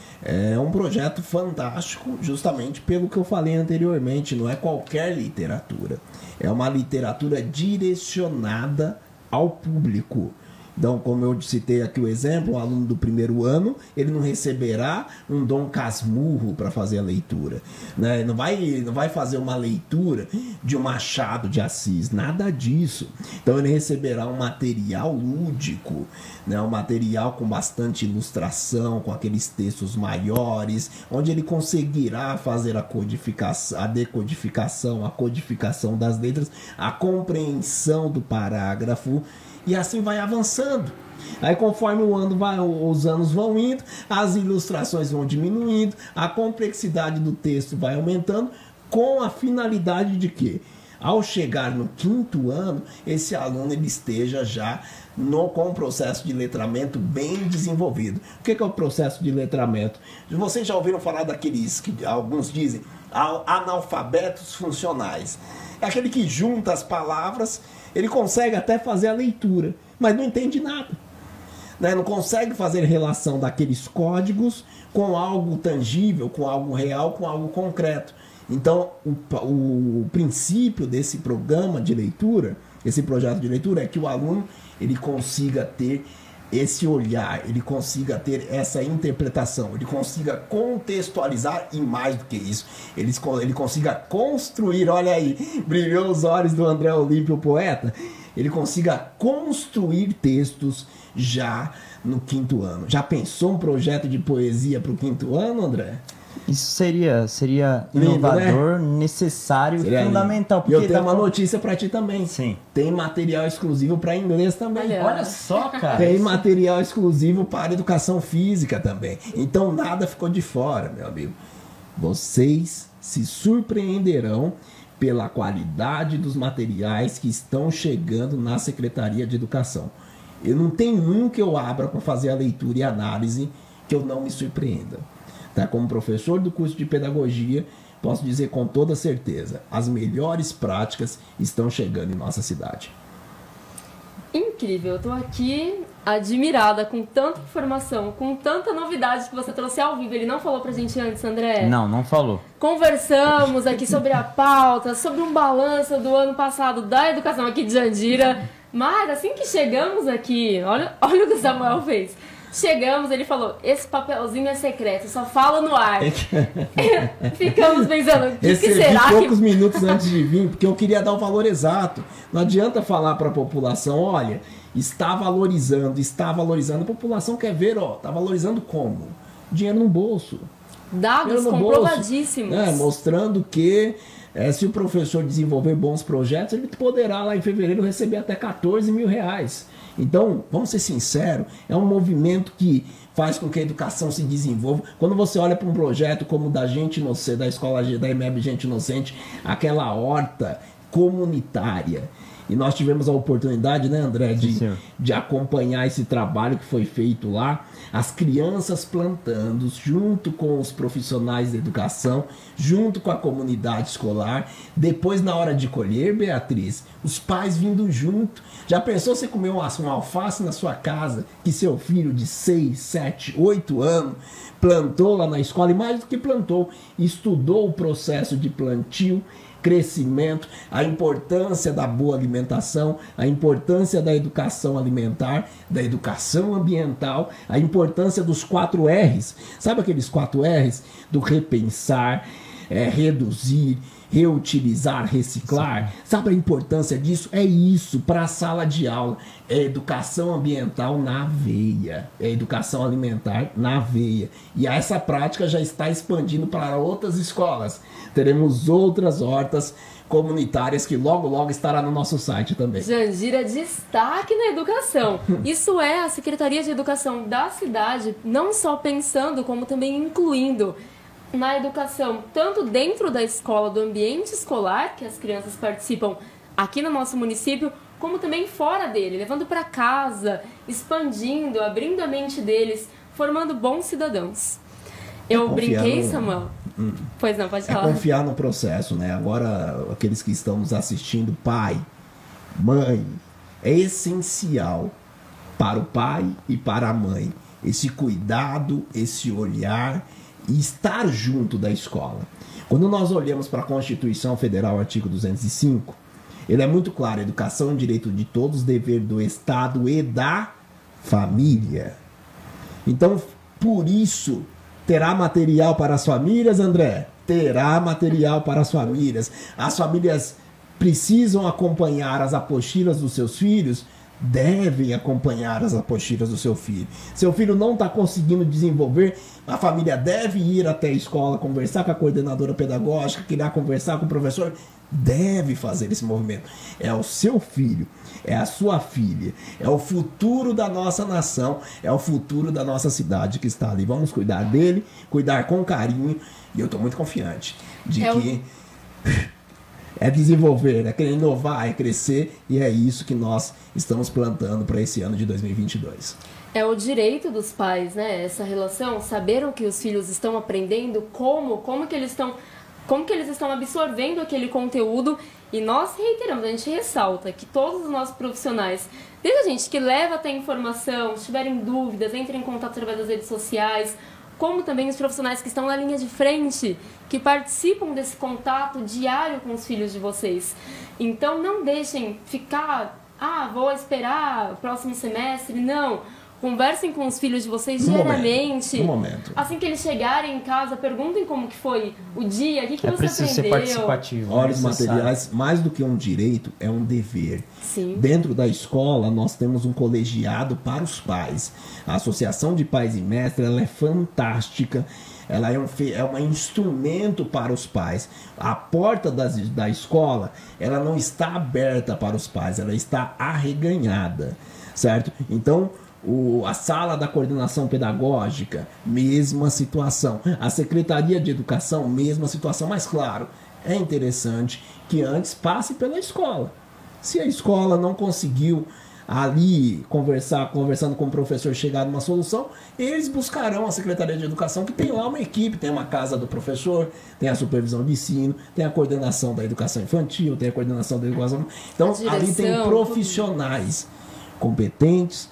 é um projeto fantástico, justamente pelo que eu falei anteriormente, não é qualquer literatura, é uma literatura direcionada ao público. Então, como eu citei aqui o exemplo, um aluno do primeiro ano, ele não receberá um Dom Casmurro para fazer a leitura, né? Não vai, não vai fazer uma leitura de um Machado de Assis, nada disso. Então, ele receberá um material lúdico, né? Um material com bastante ilustração, com aqueles textos maiores, onde ele conseguirá fazer a codificação, a decodificação, a codificação das letras, a compreensão do parágrafo, e assim vai avançando. Aí conforme o ano vai, os anos vão indo, as ilustrações vão diminuindo, a complexidade do texto vai aumentando, com a finalidade de que, ao chegar no quinto ano, esse aluno ele esteja já no, com o processo de letramento bem desenvolvido. O que é, que é o processo de letramento? Vocês já ouviram falar daqueles que alguns dizem analfabetos funcionais. É aquele que junta as palavras, ele consegue até fazer a leitura, mas não entende nada. Né? Não consegue fazer relação daqueles códigos com algo tangível, com algo real, com algo concreto. Então, o, o princípio desse programa de leitura, esse projeto de leitura, é que o aluno ele consiga ter esse olhar, ele consiga ter essa interpretação, ele consiga contextualizar e mais do que isso, ele, ele consiga construir, olha aí, brilhou os olhos do André Olímpio, poeta, ele consiga construir textos já no quinto ano. Já pensou um projeto de poesia para o quinto ano, André? Isso seria, seria inovador, lindo, né? Necessário e fundamental. E eu tenho uma notícia para ti também. Sim. Tem material exclusivo para inglês também. Olha, Olha só, cara. Tem material exclusivo para educação física também. Então nada ficou de fora, meu amigo. Vocês se surpreenderão pela qualidade dos materiais que estão chegando na Secretaria de Educação. Eu não tenho um que eu abra para fazer a leitura e análise que eu não me surpreenda. Tá? Como professor do curso de pedagogia, posso dizer com toda certeza, as melhores práticas estão chegando em nossa cidade. Incrível, eu estou aqui admirada com tanta informação, com tanta novidade que você trouxe ao vivo. Ele não falou pra gente antes, André? Não, não falou. Conversamos aqui sobre a pauta, sobre um balanço do ano passado da educação aqui de Jandira. Mas assim que chegamos aqui, olha, olha o que o Samuel fez. Chegamos, ele falou, esse papelzinho é secreto, só fala no ar. Ficamos pensando, o que, que será poucos que... minutos antes de vir, porque eu queria dar o valor exato. Não adianta falar para a população, olha, está valorizando, está valorizando. A população quer ver, ó, está valorizando como? Dinheiro no bolso. Dados no comprovadíssimos. Bolso, né? Mostrando que é, se o professor desenvolver bons projetos, ele poderá lá em fevereiro receber até quatorze mil reais. Então, vamos ser sinceros, é um movimento que faz com que a educação se desenvolva. Quando você olha para um projeto como o da Gente Inocente, da escola da E M E B Gente Inocente, aquela horta comunitária, E nós tivemos a oportunidade, né, André, de, Sim, de acompanhar esse trabalho que foi feito lá. As crianças plantando junto com os profissionais da educação, junto com a comunidade escolar. Depois, na hora de colher, Beatriz, os pais vindo junto. Já pensou você comer uma, uma alface na sua casa que seu filho de seis, sete, oito anos plantou lá na escola? E mais do que plantou, estudou o processo de plantio, crescimento, a importância da boa alimentação, a importância da educação alimentar, da educação ambiental, a importância dos quatro R's. Sabe aqueles quatro R's? Do repensar, é, reduzir, reutilizar, reciclar. Sim. Sabe a importância disso? É isso para a sala de aula. É educação ambiental na veia. É educação alimentar na veia. E essa prática já está expandindo para outras escolas. Teremos outras hortas comunitárias que logo, logo estará no nosso site também. Jandira, destaque na educação. Isso é a Secretaria de Educação da cidade, não só pensando, como também incluindo na educação, tanto dentro da escola, do ambiente escolar, que as crianças participam aqui no nosso município, como também fora dele, levando para casa, expandindo, abrindo a mente deles, formando bons cidadãos. Eu é brinquei, no... Samuel? Hum. Pois não, pode é falar. Confiar no processo, né? Agora, aqueles que estão nos assistindo, pai, mãe, é essencial para o pai e para a mãe esse cuidado, esse olhar e estar junto da escola. Quando nós olhamos para a Constituição Federal, artigo duzentos e cinco, ele é muito claro: educação é um direito de todos, dever do Estado e da família. Então, por isso, terá material para as famílias, André? Terá material para as famílias. As famílias precisam acompanhar as apostilas dos seus filhos? Devem acompanhar as apostilas do seu filho. Seu filho não está conseguindo desenvolver, a família deve ir até a escola, conversar com a coordenadora pedagógica, querer conversar com o professor, deve fazer esse movimento. É o seu filho, é a sua filha, é o futuro da nossa nação, é o futuro da nossa cidade que está ali. Vamos cuidar dele, cuidar com carinho, e eu estou muito confiante de é que... O... É desenvolver, é querer inovar, é crescer, e é isso que nós estamos plantando para esse ano de dois mil e vinte e dois. É o direito dos pais, né? Essa relação, saber o que os filhos estão aprendendo, como, como que eles estão, como que eles estão absorvendo aquele conteúdo, e nós reiteramos, a gente ressalta que todos os nossos profissionais, desde a gente que leva até informação, se tiverem dúvidas, entrem em contato através das redes sociais, como também os profissionais que estão na linha de frente, que participam desse contato diário com os filhos de vocês. Então, não deixem ficar, ah, vou esperar o próximo semestre. Não. Conversem com os filhos de vocês no diariamente. Momento. No momento. Assim que eles chegarem em casa, perguntem como que foi o dia, o que, que é você aprendeu. É preciso ser participativo. Olha, os materiais, mais do que um direito, é um dever. Sim. Dentro da escola, nós temos um colegiado para os pais. A Associação de Pais e Mestres, ela é fantástica. Ela é um, é um instrumento para os pais. A porta das, da escola, ela não está aberta para os pais, ela está arreganhada, certo? Então, O, a sala da coordenação pedagógica, mesma situação. A Secretaria de Educação, mesma situação. Mas, claro, é interessante que antes passe pela escola. Se a escola não conseguiu ali conversar, conversando com o professor, chegar numa solução, eles buscarão a Secretaria de Educação, que tem lá uma equipe, tem uma casa do professor, tem a supervisão de ensino, tem a coordenação da educação infantil, tem a coordenação da educação... Então, direção, ali tem profissionais competentes,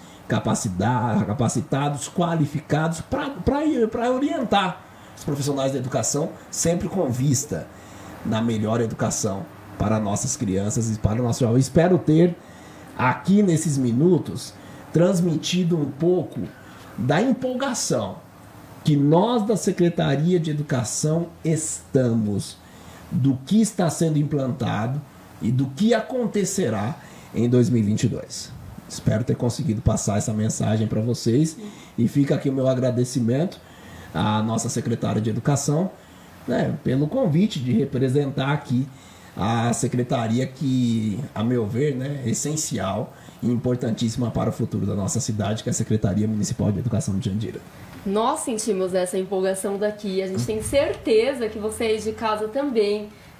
capacitados, qualificados para orientar os profissionais da educação, sempre com vista na melhor educação para nossas crianças e para o nosso jovem. Espero ter aqui nesses minutos transmitido um pouco da empolgação que nós da Secretaria de Educação estamos, do que está sendo implantado e do que acontecerá em dois mil e vinte e dois. Espero ter conseguido passar essa mensagem para vocês. E fica aqui o meu agradecimento à nossa secretária de Educação, né, pelo convite de representar aqui a secretaria que, a meu ver, né, é essencial e importantíssima para o futuro da nossa cidade, que é a Secretaria Municipal de Educação de Jandira. Nós sentimos essa empolgação daqui. A gente tem certeza que vocês de casa também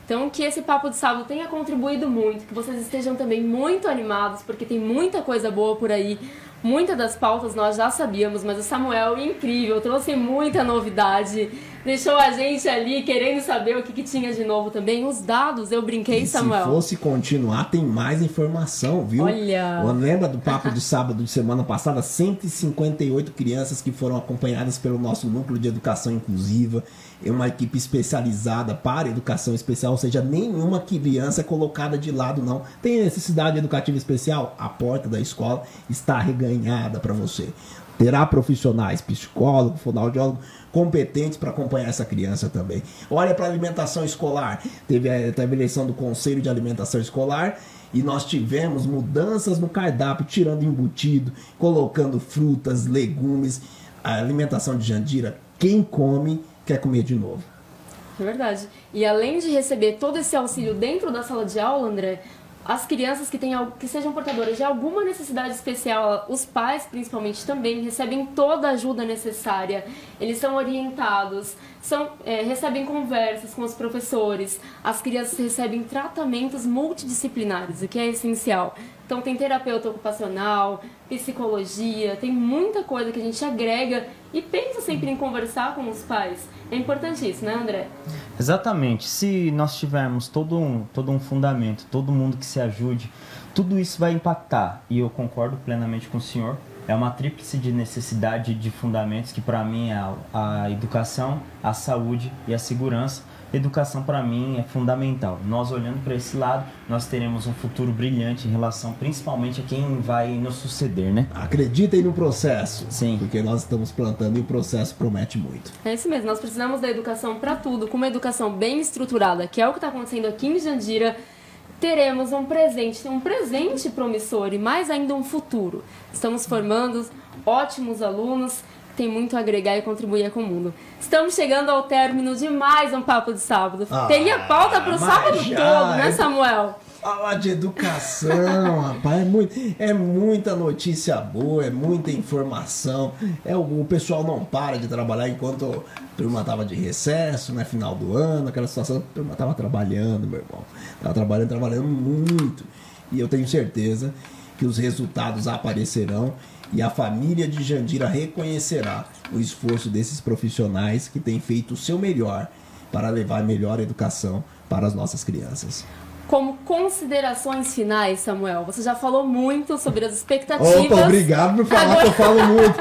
Então, que esse Papo de Sábado tenha contribuído muito, que vocês estejam também muito animados, porque tem muita coisa boa por aí. Muitas das pautas nós já sabíamos, mas o Samuel, incrível, trouxe muita novidade, deixou a gente ali querendo saber o que, que tinha de novo também. Os dados, eu brinquei, e Samuel. Se fosse continuar, tem mais informação, viu? Olha! Lembra do Papo de Sábado de semana passada? cento e cinquenta e oito crianças que foram acompanhadas pelo nosso Núcleo de Educação Inclusiva. É uma equipe especializada para educação especial, ou seja, nenhuma criança é colocada de lado, não. Tem necessidade educativa especial? A porta da escola está reganhada para você. Terá profissionais, psicólogo, fonoaudiólogo, competentes para acompanhar essa criança também. Olha para a alimentação escolar. Teve a, teve a eleição do Conselho de Alimentação Escolar e nós tivemos mudanças no cardápio, tirando embutido, colocando frutas, legumes. A alimentação de Jandira, quem come quer comer de novo. É verdade. E além de receber todo esse auxílio dentro da sala de aula, André, as crianças que, tenham, que sejam portadoras de alguma necessidade especial, os pais principalmente também, recebem toda a ajuda necessária. Eles são orientados, são, é, recebem conversas com os professores, as crianças recebem tratamentos multidisciplinares, o que é essencial. Então tem terapeuta ocupacional, psicologia, tem muita coisa que a gente agrega e pensa sempre em conversar com os pais. É importante isso, né, André? Exatamente. Se nós tivermos todo um, todo um fundamento, todo mundo que se ajude, tudo isso vai impactar. E eu concordo plenamente com o senhor. É uma tríplice de necessidade de fundamentos que para mim é a, a educação, a saúde e a segurança. Educação para mim é fundamental. Nós olhando para esse lado, nós teremos um futuro brilhante em relação principalmente a quem vai nos suceder, né? Acreditem no processo. Sim. Porque nós estamos plantando e o processo promete muito. É isso mesmo, nós precisamos da educação para tudo, com uma educação bem estruturada, que é o que está acontecendo aqui em Jandira. Teremos um presente, um presente promissor e mais ainda um futuro. Estamos formando ótimos alunos, tem muito a agregar e contribuir com o mundo. Estamos chegando ao término de mais um Papo de Sábado. Ah, Teria pauta para o sábado já, todo, né, Samuel? Falar de educação, rapaz, é, muito, é muita notícia boa, é muita informação. É, o, o pessoal não para de trabalhar enquanto a turma estava de recesso, né? Final do ano, aquela situação, a turma estava trabalhando, meu irmão. Estava trabalhando, trabalhando muito. E eu tenho certeza que os resultados aparecerão e a família de Jandira reconhecerá o esforço desses profissionais que têm feito o seu melhor para levar melhor educação para as nossas crianças. Como considerações finais, Samuel, você já falou muito sobre as expectativas. Opa, obrigado por falar. Agora... que eu falo muito.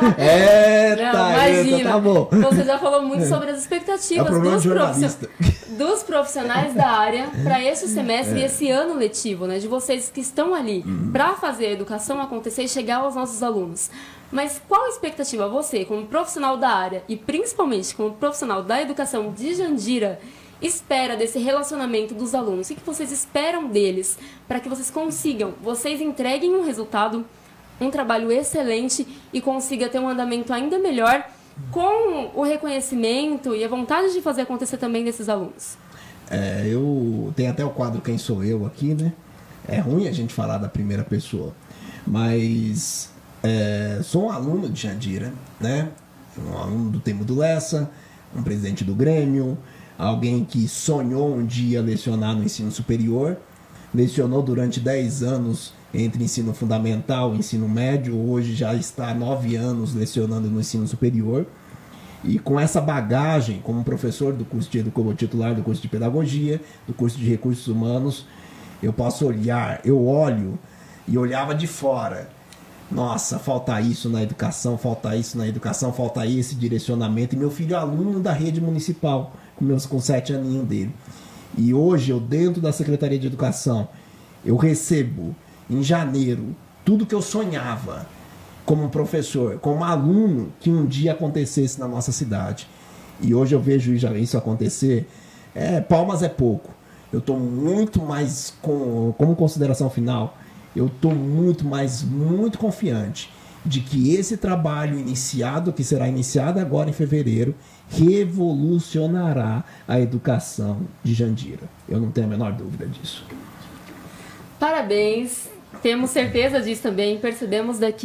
Eita, Não, imagina. Eita, tá bom. Você já falou muito sobre as expectativas é dos, profission... dos profissionais da área para esse semestre é. e esse ano letivo, né? De vocês que estão ali uhum. para fazer a educação acontecer e chegar aos nossos alunos. Mas qual a expectativa você, como profissional da área e principalmente como profissional da educação de Jandira, espera desse relacionamento dos alunos? O que vocês esperam deles para que vocês consigam, vocês entreguem um resultado, um trabalho excelente e consiga ter um andamento ainda melhor com o reconhecimento e a vontade de fazer acontecer também desses alunos? É, eu tenho até o quadro Quem Sou Eu aqui, né? É ruim a gente falar da primeira pessoa, mas é, sou um aluno de Jandira, né? Um aluno do Tempo do Lessa, um presidente do Grêmio, alguém que sonhou um dia lecionar no ensino superior, lecionou durante dez anos entre ensino fundamental e ensino médio, hoje já está há nove anos lecionando no ensino superior, e com essa bagagem como professor do curso de como titular do curso de pedagogia, do curso de recursos humanos, eu posso olhar, eu olho e olhava de fora. Nossa, falta isso na educação, falta isso na educação, falta esse direcionamento. E meu filho é aluno da rede municipal, com meus com sete aninhos dele. E hoje eu, dentro da Secretaria de Educação, eu recebo em janeiro tudo que eu sonhava como professor, como aluno, que um dia acontecesse na nossa cidade. E hoje eu vejo isso acontecer. É, palmas é pouco. Eu estou muito mais, com, como consideração final, eu estou muito mais, muito confiante de que esse trabalho iniciado, que será iniciado agora em fevereiro, revolucionará a educação de Jandira. Eu não tenho a menor dúvida disso. Parabéns, temos certeza disso também, percebemos daqui.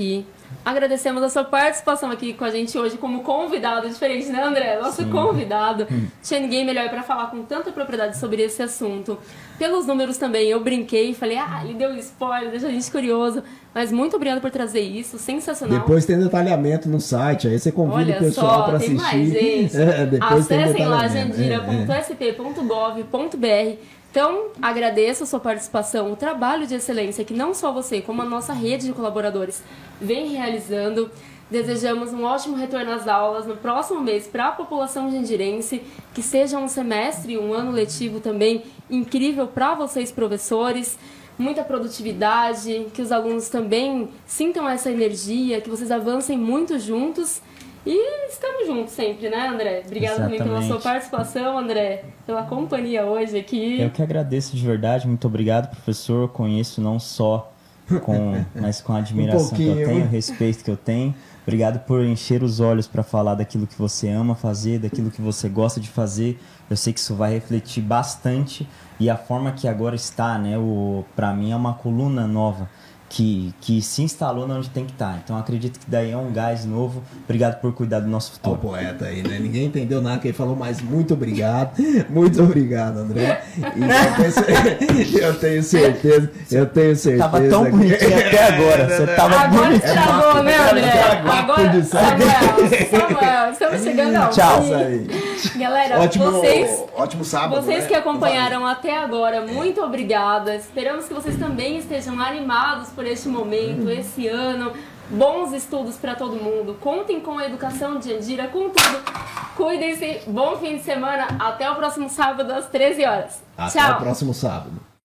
Agradecemos a sua participação aqui com a gente hoje como convidado, diferente, né, André? Nosso Sim. convidado. Tinha ninguém melhor para falar com tanta propriedade sobre esse assunto. Pelos números também, eu brinquei e falei, ah, ele deu spoiler, deixa a gente curioso. Mas muito obrigada por trazer isso, sensacional. Depois tem detalhamento no site, aí você convida Olha o pessoal para assistir. Mais, gente. É, Acessem lá jandira ponto s p ponto gov ponto b r. Então, agradeço a sua participação, o trabalho de excelência que não só você, como a nossa rede de colaboradores vem realizando. Desejamos um ótimo retorno às aulas no próximo mês para a população jandirense, que seja um semestre, um ano letivo também incrível para vocês, professores. Muita produtividade, que os alunos também sintam essa energia, que vocês avancem muito juntos. E estamos juntos sempre, né, André? Obrigada também pela sua participação, André, pela companhia hoje aqui. Eu que agradeço de verdade, muito obrigado, professor. Eu conheço não só com, mas com a admiração um que eu tenho, o respeito que eu tenho. Obrigado por encher os olhos para falar daquilo que você ama fazer, daquilo que você gosta de fazer. Eu sei que isso vai refletir bastante. E a forma que agora está, né, o, para mim é uma coluna nova. Que, que se instalou onde tem que estar. Então acredito que daí é um gás novo. Obrigado por cuidar do nosso futuro. Olha o poeta aí, né? Ninguém entendeu nada que ele falou, mas muito obrigado. Muito obrigado, André. E eu tenho certeza, eu tenho certeza. Tava tão que... bonitinho até agora. Você tava agora bonito. estragou, né, André? Agora, Samuel, Samuel, estamos chegando ao Tchau. fim. Galera, ótimo, vocês, ótimo sábado, vocês né? que acompanharam até agora, muito obrigada. Esperamos que vocês também estejam animados por este momento, esse ano. Bons estudos para todo mundo. Contem com a educação de Jandira, com tudo. Cuidem-se. Bom fim de semana. Até o próximo sábado às treze horas. Até Tchau. o próximo sábado.